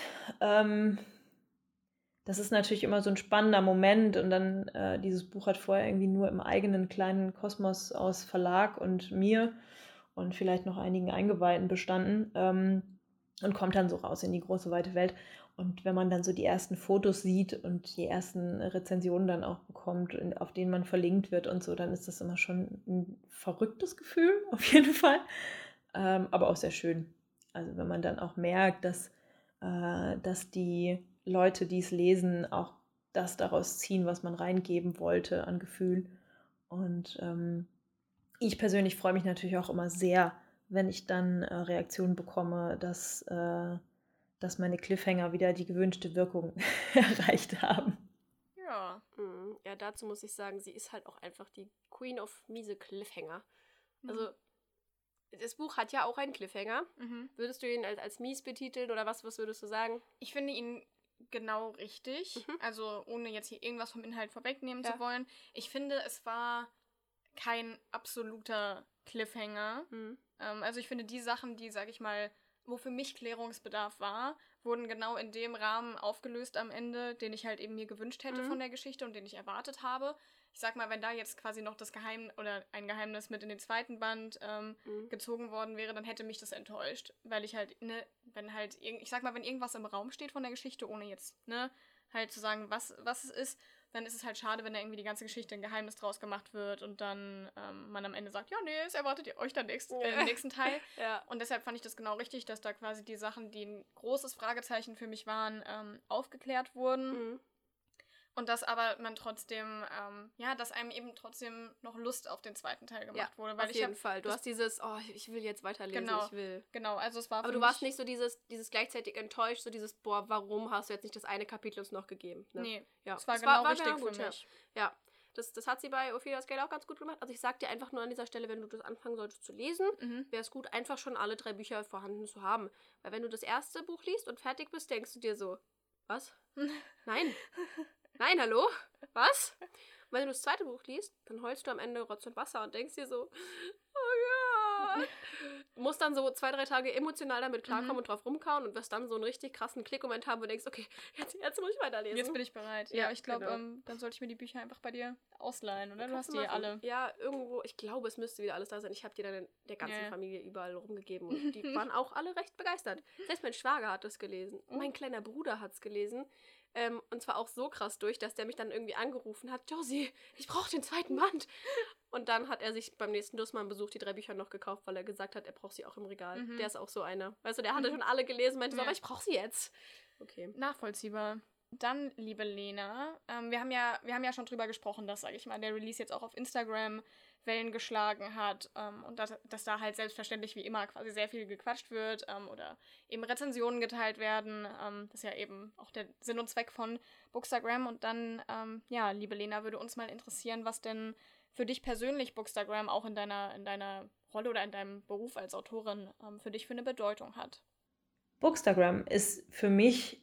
das ist natürlich immer so ein spannender Moment und dann, dieses Buch hat vorher irgendwie nur im eigenen kleinen Kosmos aus Verlag und mir und vielleicht noch einigen Eingeweihten bestanden und kommt dann so raus in die große, weite Welt. Und wenn man dann so die ersten Fotos sieht und die ersten Rezensionen dann auch bekommt, auf denen man verlinkt wird und so, dann ist das immer schon ein verrücktes Gefühl, auf jeden Fall, aber auch sehr schön. Also wenn man dann auch merkt, dass die Leute, die es lesen, auch das daraus ziehen, was man reingeben wollte an Gefühl. Und ich persönlich freue mich natürlich auch immer sehr, wenn ich dann Reaktionen bekomme, dass meine Cliffhanger wieder die gewünschte Wirkung erreicht haben. Ja. Ja, dazu muss ich sagen, sie ist halt auch einfach die Queen of miese Cliffhanger. Also das Buch hat ja auch einen Cliffhanger. Würdest du ihn als mies betiteln oder was würdest du sagen? Ich finde ihn genau richtig. Also ohne jetzt hier irgendwas vom Inhalt vorwegnehmen zu wollen. Ich finde, es war kein absoluter Cliffhanger. Also ich finde die Sachen, die, sag ich mal, wo für mich Klärungsbedarf war, wurden genau in dem Rahmen aufgelöst am Ende, den ich halt eben mir gewünscht hätte von der Geschichte und den ich erwartet habe. Ich sag mal, wenn da jetzt quasi noch das Geheimnis oder ein Geheimnis mit in den zweiten Band gezogen worden wäre, dann hätte mich das enttäuscht. Weil ich halt, ne, wenn halt, ich sag mal, wenn irgendwas im Raum steht von der Geschichte, ohne jetzt, ne, halt zu sagen, was es ist, dann ist es halt schade, wenn da irgendwie die ganze Geschichte ein Geheimnis draus gemacht wird und dann man am Ende sagt, ja, nee, es erwartet ihr euch dann im nächsten Teil. Ja. Und deshalb fand ich das genau richtig, dass da quasi die Sachen, die ein großes Fragezeichen für mich waren, aufgeklärt wurden. Und dass aber man trotzdem, dass einem eben trotzdem noch Lust auf den zweiten Teil gemacht wurde. Weil auf jeden Fall. Du hast dieses, ich will jetzt weiterlesen, genau, ich will. Genau, also es war aber du warst nicht so dieses gleichzeitig enttäuscht, so dieses, boah, warum hast du jetzt nicht das eine Kapitel uns noch gegeben? Ne? Nee, ja. es war genau richtig gut, für mich. Ja, das hat sie bei Ophelia's Gale auch ganz gut gemacht. Also ich sag dir einfach nur an dieser Stelle, wenn du das anfangen solltest zu lesen, wäre es gut, einfach schon alle 3 Bücher vorhanden zu haben. Weil wenn du das erste Buch liest und fertig bist, denkst du dir so, was? Nein. Nein, hallo? Was? Und wenn du das zweite Buch liest, dann heulst du am Ende Rotz und Wasser und denkst dir so, oh ja. Du musst dann so 2-3 Tage emotional damit klarkommen und drauf rumkauen und wirst dann so einen richtig krassen Klickmoment haben, wo du denkst, okay, jetzt muss ich weiterlesen. Jetzt bin ich bereit. Ja, ich glaube, dann sollte ich mir die Bücher einfach bei dir ausleihen, oder? Du hast die alle. Ja, irgendwo, ich glaube, es müsste wieder alles da sein. Ich habe die dann der ganzen Familie überall rumgegeben und die waren auch alle recht begeistert. Selbst mein Schwager hat das gelesen. Mein kleiner Bruder hat es gelesen. Und zwar auch so krass durch, dass der mich dann irgendwie angerufen hat, Josie, ich brauche den zweiten Band. Und dann hat er sich beim nächsten Dussmann-Besuch die 3 Bücher noch gekauft, weil er gesagt hat, er braucht sie auch im Regal. Der ist auch so einer. Weißt du, der hatte schon alle gelesen, meinte so, aber ich brauche sie jetzt. Okay. Nachvollziehbar. Dann, liebe Lena, wir haben ja schon drüber gesprochen, dass, sage ich mal, der Release jetzt auch auf Instagram Wellen geschlagen hat und dass da halt selbstverständlich wie immer quasi sehr viel gequatscht wird oder eben Rezensionen geteilt werden. Das ist ja eben auch der Sinn und Zweck von Bookstagram. Und dann, liebe Lena, würde uns mal interessieren, was denn für dich persönlich Bookstagram auch in deiner Rolle oder in deinem Beruf als Autorin für dich für eine Bedeutung hat. Bookstagram ist für mich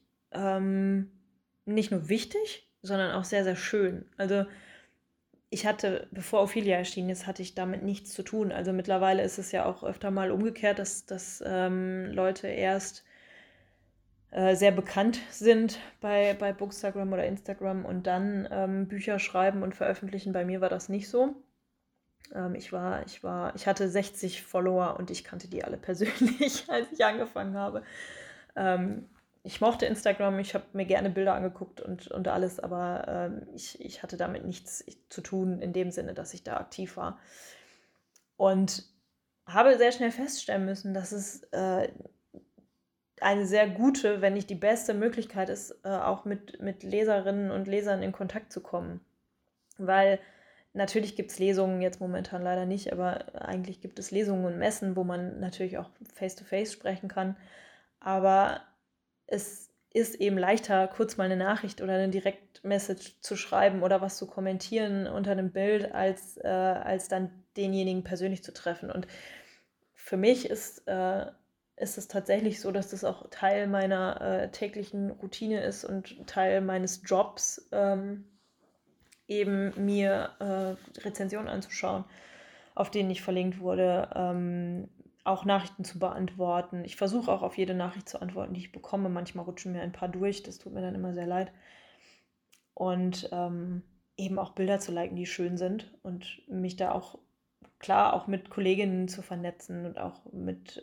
nicht nur wichtig, sondern auch sehr, sehr schön. Also ich hatte, bevor Ophelia erschienen ist, hatte ich damit nichts zu tun. Also mittlerweile ist es ja auch öfter mal umgekehrt, dass Leute erst sehr bekannt sind bei Bookstagram oder Instagram und dann Bücher schreiben und veröffentlichen. Bei mir war das nicht so. Ich hatte 60 Follower und ich kannte die alle persönlich, als ich angefangen habe. Ich mochte Instagram, ich habe mir gerne Bilder angeguckt und alles, aber ich hatte damit nichts zu tun, in dem Sinne, dass ich da aktiv war. Und habe sehr schnell feststellen müssen, dass es eine sehr gute, wenn nicht die beste Möglichkeit ist, auch mit Leserinnen und Lesern in Kontakt zu kommen. Weil natürlich gibt es Lesungen, jetzt momentan leider nicht, aber eigentlich gibt es Lesungen und Messen, wo man natürlich auch face-to-face sprechen kann. Aber es ist eben leichter, kurz mal eine Nachricht oder eine Direct-Message zu schreiben oder was zu kommentieren unter einem Bild, als dann denjenigen persönlich zu treffen. Und für mich ist es tatsächlich so, dass das auch Teil meiner täglichen Routine ist und Teil meines Jobs, eben mir Rezensionen anzuschauen, auf denen ich verlinkt wurde, auch Nachrichten zu beantworten. Ich versuche auch auf jede Nachricht zu antworten, die ich bekomme. Manchmal rutschen mir ein paar durch, das tut mir dann immer sehr leid. Und eben auch Bilder zu liken, die schön sind und mich da auch, klar, auch mit Kolleginnen zu vernetzen und auch mit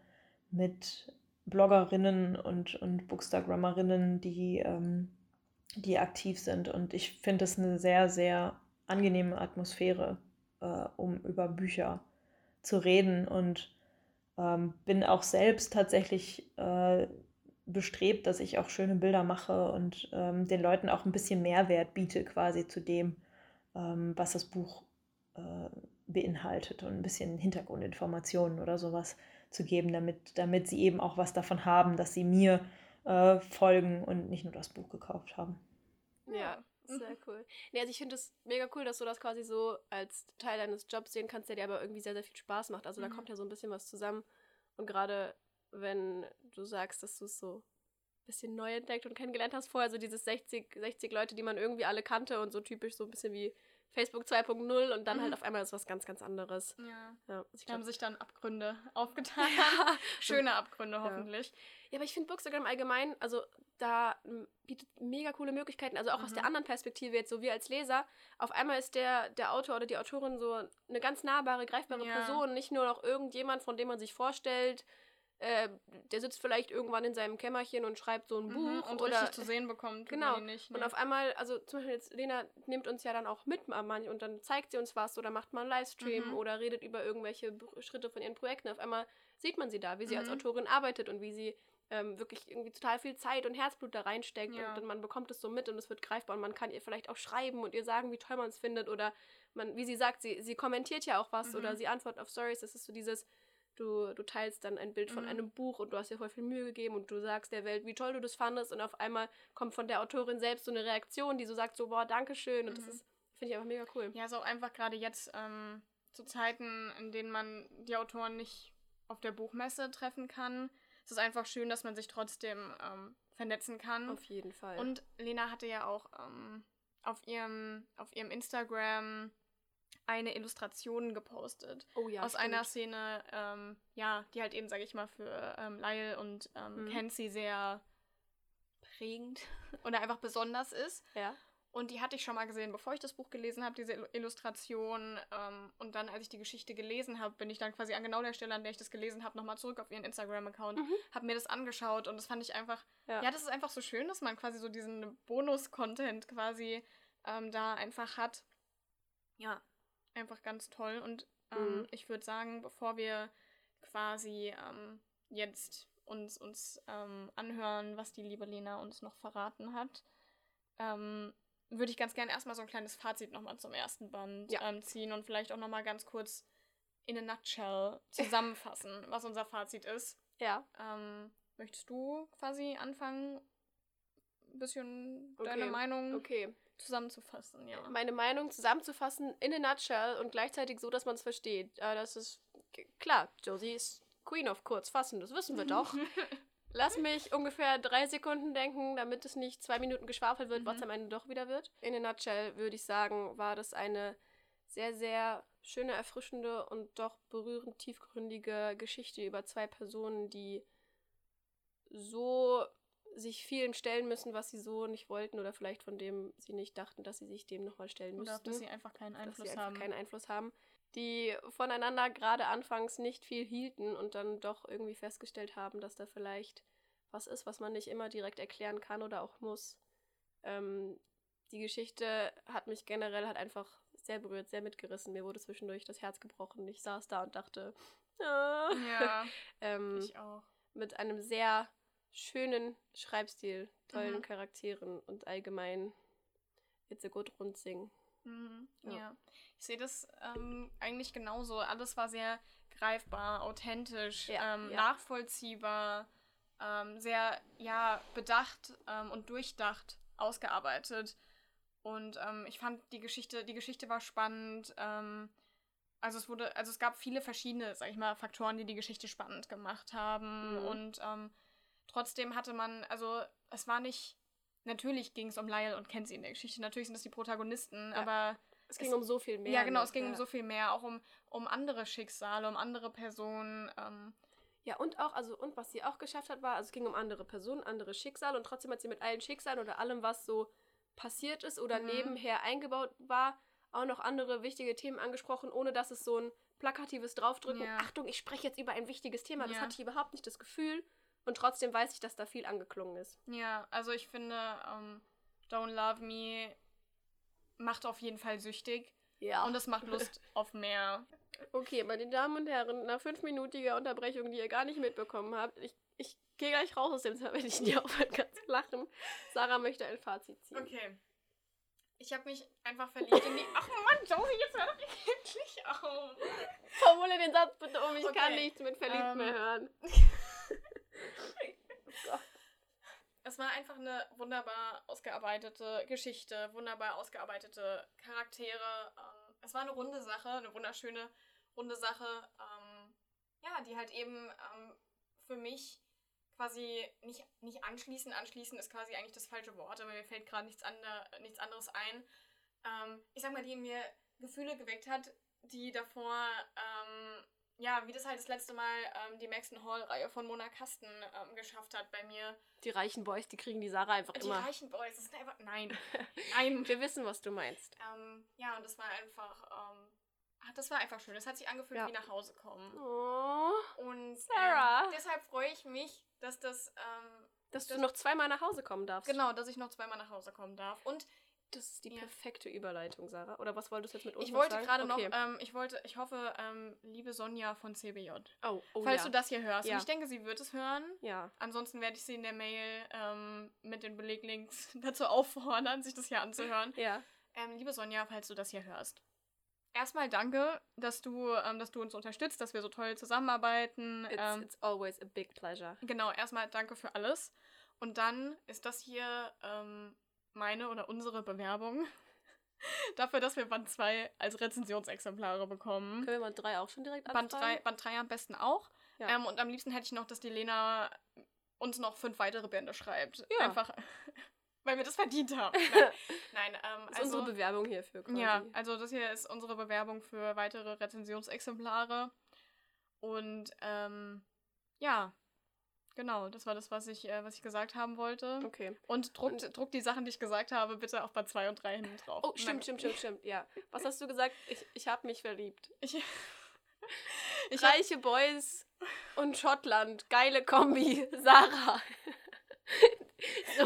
Bloggerinnen und Bookstagrammerinnen, die aktiv sind. Und ich finde es eine sehr, sehr angenehme Atmosphäre, um über Bücher zu reden und bin auch selbst tatsächlich bestrebt, dass ich auch schöne Bilder mache und den Leuten auch ein bisschen Mehrwert biete quasi zu dem, was das Buch beinhaltet und ein bisschen Hintergrundinformationen oder sowas zu geben, damit sie eben auch was davon haben, dass sie mir folgen und nicht nur das Buch gekauft haben. Ja, sehr cool. Nee, also ich finde es mega cool, dass du das quasi so als Teil deines Jobs sehen kannst, der dir aber irgendwie sehr, sehr viel Spaß macht. Also da kommt ja so ein bisschen was zusammen. Und gerade wenn du sagst, dass du es so ein bisschen neu entdeckt und kennengelernt hast vorher, so dieses 60 Leute, die man irgendwie alle kannte und so typisch so ein bisschen wie Facebook 2.0 und dann halt auf einmal ist was ganz, ganz anderes. Ja. Da haben sich dann Abgründe aufgetan. Ja. Schöne Abgründe hoffentlich. Ja, aber ich finde Bookstagram allgemein, also da bietet mega coole Möglichkeiten, also auch aus der anderen Perspektive jetzt, so wir als Leser, auf einmal ist der Autor oder die Autorin so eine ganz nahbare, greifbare Person, nicht nur noch irgendjemand, von dem man sich vorstellt, der sitzt vielleicht irgendwann in seinem Kämmerchen und schreibt so ein Buch. Und oder richtig zu sehen bekommt. Genau. Nicht, ne? Und auf einmal, also zum Beispiel jetzt, Lena nimmt uns ja dann auch mit und dann zeigt sie uns was oder macht mal einen Livestream oder redet über irgendwelche Schritte von ihren Projekten. Auf einmal sieht man sie da, wie sie als Autorin arbeitet und wie sie wirklich irgendwie total viel Zeit und Herzblut da reinsteckt und dann man bekommt es so mit und es wird greifbar und man kann ihr vielleicht auch schreiben und ihr sagen, wie toll man es findet oder wie sie sagt, sie kommentiert ja auch was oder sie antwortet auf Stories. Das ist so dieses, du teilst dann ein Bild von einem Buch und du hast dir voll viel Mühe gegeben und du sagst der Welt, wie toll du das fandest und auf einmal kommt von der Autorin selbst so eine Reaktion, die so sagt so, boah, Dankeschön und das ist, finde ich einfach mega cool. Ja, so einfach gerade jetzt zu Zeiten, in denen man die Autoren nicht auf der Buchmesse treffen kann, es ist einfach schön, dass man sich trotzdem vernetzen kann. Auf jeden Fall. Und Lena hatte ja auch auf ihrem Instagram eine Illustration gepostet. Oh ja, aus einer Szene, die halt eben, sage ich mal, für Lyle und Kenzie sehr prägend oder einfach besonders ist. Ja. Und die hatte ich schon mal gesehen, bevor ich das Buch gelesen habe, diese Illustration. Und dann, als ich die Geschichte gelesen habe, bin ich dann quasi an genau der Stelle, an der ich das gelesen habe, nochmal zurück auf ihren Instagram-Account, habe mir das angeschaut und das fand ich einfach, das ist einfach so schön, dass man quasi so diesen Bonus-Content quasi da einfach hat. Ja, einfach ganz toll. Und ich würde sagen, bevor wir quasi jetzt uns anhören, was die liebe Lena uns noch verraten hat, würde ich ganz gerne erstmal so ein kleines Fazit nochmal zum ersten Band ziehen und vielleicht auch nochmal ganz kurz in a nutshell zusammenfassen, was unser Fazit ist. Ja. Möchtest du quasi anfangen, ein bisschen deine Meinung zusammenzufassen? Ja. Meine Meinung zusammenzufassen in a nutshell und gleichzeitig so, dass man es versteht. Das ist klar, Josie ist Queen of Kurzfassen, das wissen wir doch. Lass mich ungefähr 3 Sekunden denken, damit es nicht 2 Minuten geschwafelt wird, was am Ende doch wieder wird. In a nutshell würde ich sagen, war das eine sehr, sehr schöne, erfrischende und doch berührend tiefgründige Geschichte über 2 Personen, die so sich vielen stellen müssen, was sie so nicht wollten oder vielleicht von dem sie nicht dachten, dass sie sich dem nochmal stellen müssten. Oder dass sie einfach keinen Einfluss haben. Die voneinander gerade anfangs nicht viel hielten und dann doch irgendwie festgestellt haben, dass da vielleicht was ist, was man nicht immer direkt erklären kann oder auch muss. Die Geschichte hat mich generell einfach sehr berührt, sehr mitgerissen. Mir wurde zwischendurch das Herz gebrochen. Ich saß da und dachte, Ja, ich auch. Mit einem sehr schönen Schreibstil, tollen Charakteren und allgemein It's a good rund singen. Ja, ich sehe das eigentlich genauso. Alles war sehr greifbar, authentisch, nachvollziehbar, sehr bedacht und durchdacht ausgearbeitet. Und ich fand die Geschichte war spannend. Also es gab viele verschiedene, sag ich mal, Faktoren, die die Geschichte spannend gemacht haben. Und trotzdem hatte man, also es war nicht. Natürlich ging es um Lyle und Kenzie in der Geschichte. Natürlich sind das die Protagonisten, aber es ging um so viel mehr. Ja, genau, es ging um so viel mehr. Auch um andere Schicksale, um andere Personen. Ja, und was sie auch geschafft hat, war, also es ging um andere Personen, andere Schicksale und trotzdem hat sie mit allen Schicksalen oder allem, was so passiert ist oder nebenher eingebaut war, auch noch andere wichtige Themen angesprochen, ohne dass es so ein plakatives Draufdrücken, Achtung, ich spreche jetzt über ein wichtiges Thema, das hatte ich überhaupt nicht das Gefühl. Und trotzdem weiß ich, dass da viel angeklungen ist. Ja, also ich finde, Don't Love Me macht auf jeden Fall süchtig. Ja. Und es macht Lust auf mehr. Okay, meine Damen und Herren, nach 5-minütiger Unterbrechung, die ihr gar nicht mitbekommen habt, ich gehe gleich raus aus dem Zimmer, wenn ich nicht aufhören kann zu lachen. Sarah möchte ein Fazit ziehen. Okay. Ich habe mich einfach verliebt in die... Ach Mann, Josie, jetzt hör doch endlich auf. Formule den Satz bitte um, ich kann nichts mit verliebt mehr hören. Es war einfach eine wunderbar ausgearbeitete Geschichte, wunderbar ausgearbeitete Charaktere. Es war eine runde Sache, eine wunderschöne runde Sache, die halt eben für mich quasi nicht anschließen ist quasi eigentlich das falsche Wort, aber mir fällt gerade nichts anderes ein. ich sag mal, die in mir Gefühle geweckt hat, die davor, wie das halt das letzte Mal die Maxton Hall-Reihe von Mona Kasten geschafft hat bei mir. Die reichen Boys, die kriegen die Sarah einfach immer. Die reichen Boys, das sind einfach, nein. Wir wissen, was du meinst. Und das war einfach, das war einfach schön. Das hat sich angefühlt wie nach Hause kommen. Oh, und Sarah. Deshalb freue ich mich, dass das... dass du noch zweimal nach Hause kommen darfst. Genau, dass ich noch zweimal nach Hause kommen darf. Und das ist die perfekte Überleitung, Sarah. Oder was wolltest du jetzt mit uns sagen? Ich wollte gerade noch, ich hoffe, liebe Sonja von CBJ, falls du das hier hörst. Und ich denke, sie wird es hören. Ja. Ansonsten werde ich sie in der Mail mit den Beleglinks dazu auffordern, sich das hier anzuhören. Ja. Liebe Sonja, falls du das hier hörst. Erstmal danke, dass du uns unterstützt, dass wir so toll zusammenarbeiten. It's always a big pleasure. Genau, erstmal danke für alles. Und dann ist das hier meine oder unsere Bewerbung dafür, dass wir Band 2 als Rezensionsexemplare bekommen. Können wir Band 3 auch schon direkt anfangen? Band 3 am besten auch. Ja. Und am liebsten hätte ich noch, dass die Lena uns noch 5 weitere Bände schreibt. Ja. Einfach, weil wir das verdient haben. Nein, das ist unsere Bewerbung hierfür quasi. Ja, also das hier ist unsere Bewerbung für weitere Rezensionsexemplare. Und genau, das war das, was ich gesagt haben wollte. Okay. Und druck die Sachen, die ich gesagt habe, bitte auf Band 2 und 3 hinten drauf. Oh, stimmt, ja. Was hast du gesagt? Ich habe mich verliebt. Reiche Boys und Schottland. Geile Kombi. Sarah. So.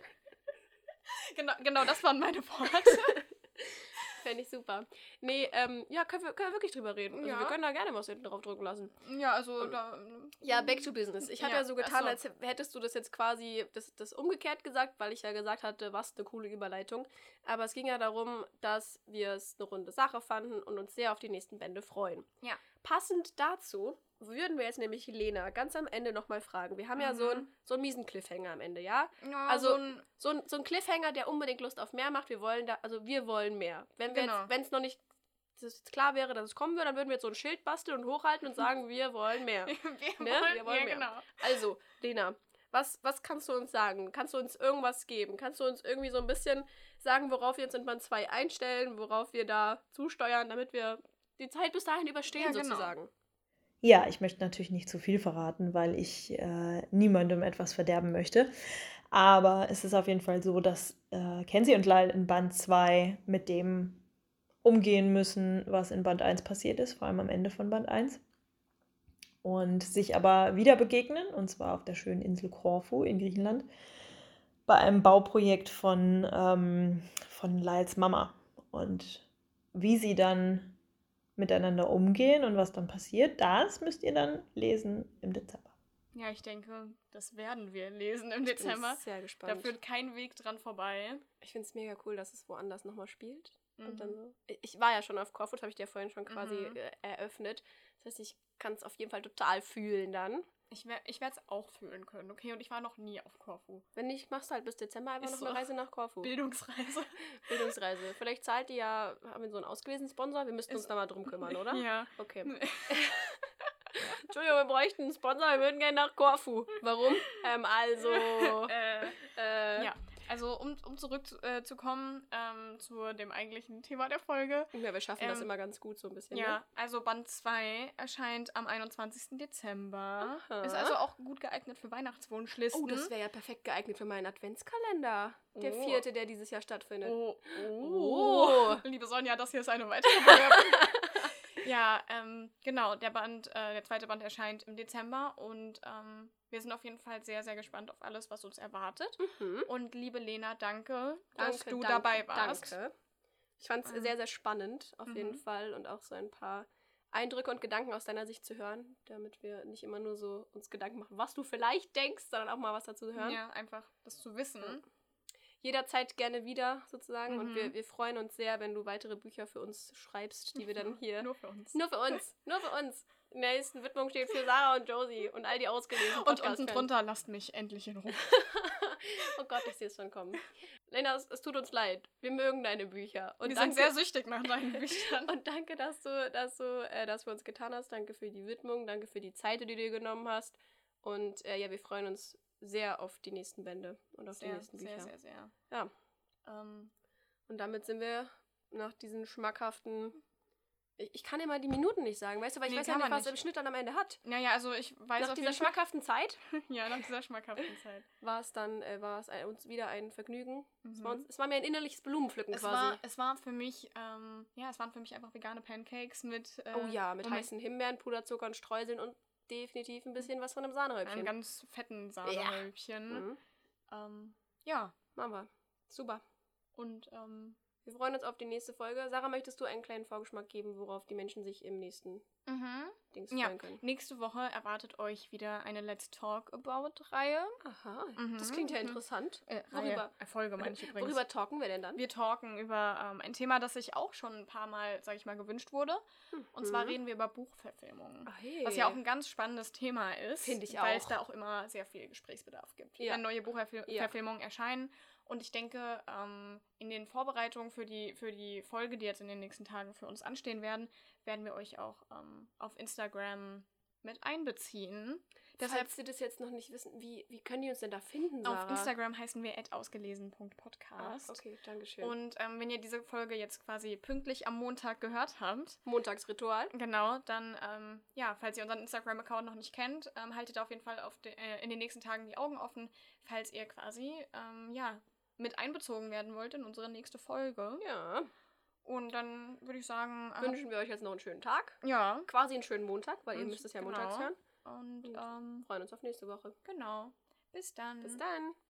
Genau, das waren meine Worte. Fände ich super. Nee, können wir wirklich drüber reden. Also wir können da gerne was hinten drauf drücken lassen. Ja, also back to business. Ich habe ja so getan, als hättest du das jetzt quasi das umgekehrt gesagt, weil ich ja gesagt hatte, was eine coole Überleitung. Aber es ging ja darum, dass wir es eine runde Sache fanden und uns sehr auf die nächsten Bände freuen. Ja. Passend dazu würden wir jetzt nämlich Lena ganz am Ende nochmal fragen. Wir haben ja so einen miesen Cliffhanger am Ende, ja? Ja, also so ein Cliffhanger, der unbedingt Lust auf mehr macht. Wir wollen mehr. Wenn es noch nicht klar wäre, dass es kommen würde, dann würden wir jetzt so ein Schild basteln und hochhalten und sagen, wir wollen mehr. Wir wollen mehr. Genau. Also, Lena, was kannst du uns sagen? Kannst du uns irgendwas geben? Kannst du uns irgendwie so ein bisschen sagen, worauf wir jetzt in Band 2 einstellen, worauf wir da zusteuern, damit wir die Zeit bis dahin überstehen, sozusagen? Ja, ich möchte natürlich nicht zu viel verraten, weil ich niemandem etwas verderben möchte. Aber es ist auf jeden Fall so, dass Kenzie und Lyle in Band 2 mit dem umgehen müssen, was in Band 1 passiert ist, vor allem am Ende von Band 1. Und sich aber wieder begegnen, und zwar auf der schönen Insel Korfu in Griechenland, bei einem Bauprojekt von Lyles Mama. Und wie sie dann miteinander umgehen und was dann passiert, das müsst ihr dann lesen im Dezember. Ja, ich denke, das werden wir lesen im Dezember. Ich bin sehr gespannt. Da führt kein Weg dran vorbei. Ich finde es mega cool, dass es woanders nochmal spielt. Und dann so. Ich war ja schon auf Korfu, habe ich dir vorhin schon quasi eröffnet. Das heißt, ich kann es auf jeden Fall total fühlen dann. Ich werde es auch fühlen können, okay? Und ich war noch nie auf Korfu. Wenn nicht, machst du halt bis Dezember einfach noch eine Reise nach Korfu. Bildungsreise. Vielleicht zahlt die ja, haben wir so einen ausgelesenen Sponsor? Wir müssten uns da mal drum kümmern, oder? Ja. Okay. Entschuldigung, wir bräuchten einen Sponsor, wir würden gerne nach Korfu. Warum? Ja. Also, um zurückzukommen zu dem eigentlichen Thema der Folge. Ja, wir schaffen das immer ganz gut so ein bisschen. Ja, ne? also Band 2 erscheint am 21. Dezember. Aha. Ist also auch gut geeignet für Weihnachtswunschlisten. Oh, das wäre ja perfekt geeignet für meinen Adventskalender. Der 4., der dieses Jahr stattfindet. Oh. Liebe Sonja, das hier ist eine weitere Bewerbung. Ja, genau, der zweite Band erscheint im Dezember und wir sind auf jeden Fall sehr, sehr gespannt auf alles, was uns erwartet. Und liebe Lena, danke, dass du dabei warst. Danke. Ich fand es sehr, sehr spannend, auf jeden Fall, und auch so ein paar Eindrücke und Gedanken aus deiner Sicht zu hören, damit wir nicht immer nur so uns Gedanken machen, was du vielleicht denkst, sondern auch mal was dazu hören. Ja, einfach das zu wissen. Jederzeit gerne wieder, sozusagen. Und wir freuen uns sehr, wenn du weitere Bücher für uns schreibst, die wir dann hier... Nur für uns. Nur für uns. In der nächsten Widmung steht für Sarah und Josie und all die ausgelesenen Podcast-Fans. Und unten drunter, lasst mich endlich in Ruhe. Oh Gott, ich sehe es schon kommen. Lena, es tut uns leid. Wir mögen deine Bücher. Und wir sind sehr süchtig nach deinen Büchern. Und danke, dass du das für uns getan hast. Danke für die Widmung. Danke für die Zeit, die du dir genommen hast. Und wir freuen uns sehr auf die nächsten Bände und auf die nächsten Bücher. Sehr, sehr, sehr. Ja. Und damit sind wir nach diesen schmackhaften... Ich kann immer die Minuten nicht sagen, weißt du, weil ich weiß ja kann nicht, man was der Schnitt dann am Ende hat. Naja, also ich weiß Nach auf dieser jeden Fall... schmackhaften Zeit Ja, nach dieser schmackhaften Zeit. war es uns wieder ein Vergnügen. Es war mir ein innerliches Blumenpflücken Es quasi. waren für mich einfach vegane Pancakes mit... Oh ja, mit heißen Himbeeren, Puderzucker und Streuseln und definitiv ein bisschen was von einem Sahnehäubchen. einem ganz fetten Sahnehäubchen. Ja. Machen wir. Super. Und wir freuen uns auf die nächste Folge. Sarah, möchtest du einen kleinen Vorgeschmack geben, worauf die Menschen sich im nächsten Dings freuen können? Nächste Woche erwartet euch wieder eine Let's Talk About-Reihe. Aha, das klingt ja interessant. Folge meine ich übrigens. Worüber talken wir denn dann? Wir talken über ein Thema, das sich auch schon ein paar Mal, sag ich mal, gewünscht wurde. Und zwar reden wir über Buchverfilmungen. Hey. Was ja auch ein ganz spannendes Thema ist. Finde ich weil auch. es da auch immer sehr viel Gesprächsbedarf gibt. Ja. Wenn neue Buchverfilmungen erscheinen. Und ich denke, in den Vorbereitungen für die Folge, die jetzt in den nächsten Tagen für uns anstehen werden wir euch auch auf Instagram mit einbeziehen. Falls Sie das jetzt noch nicht wissen, wie können die uns denn da finden, Sarah? Auf Instagram heißen wir @ausgelesen.podcast. Okay, danke schön. Und wenn ihr diese Folge jetzt quasi pünktlich am Montag gehört habt, Montagsritual. genau, dann, falls ihr unseren Instagram-Account noch nicht kennt, haltet auf jeden Fall in den nächsten Tagen die Augen offen, falls ihr quasi, mit einbezogen werden wollt in unsere nächste Folge. Ja. Und dann würde ich sagen... wünschen wir euch jetzt noch einen schönen Tag. Ja. Quasi einen schönen Montag, weil ihr müsst es ja montags hören. Und freuen uns auf nächste Woche. Genau. Bis dann. Bis dann.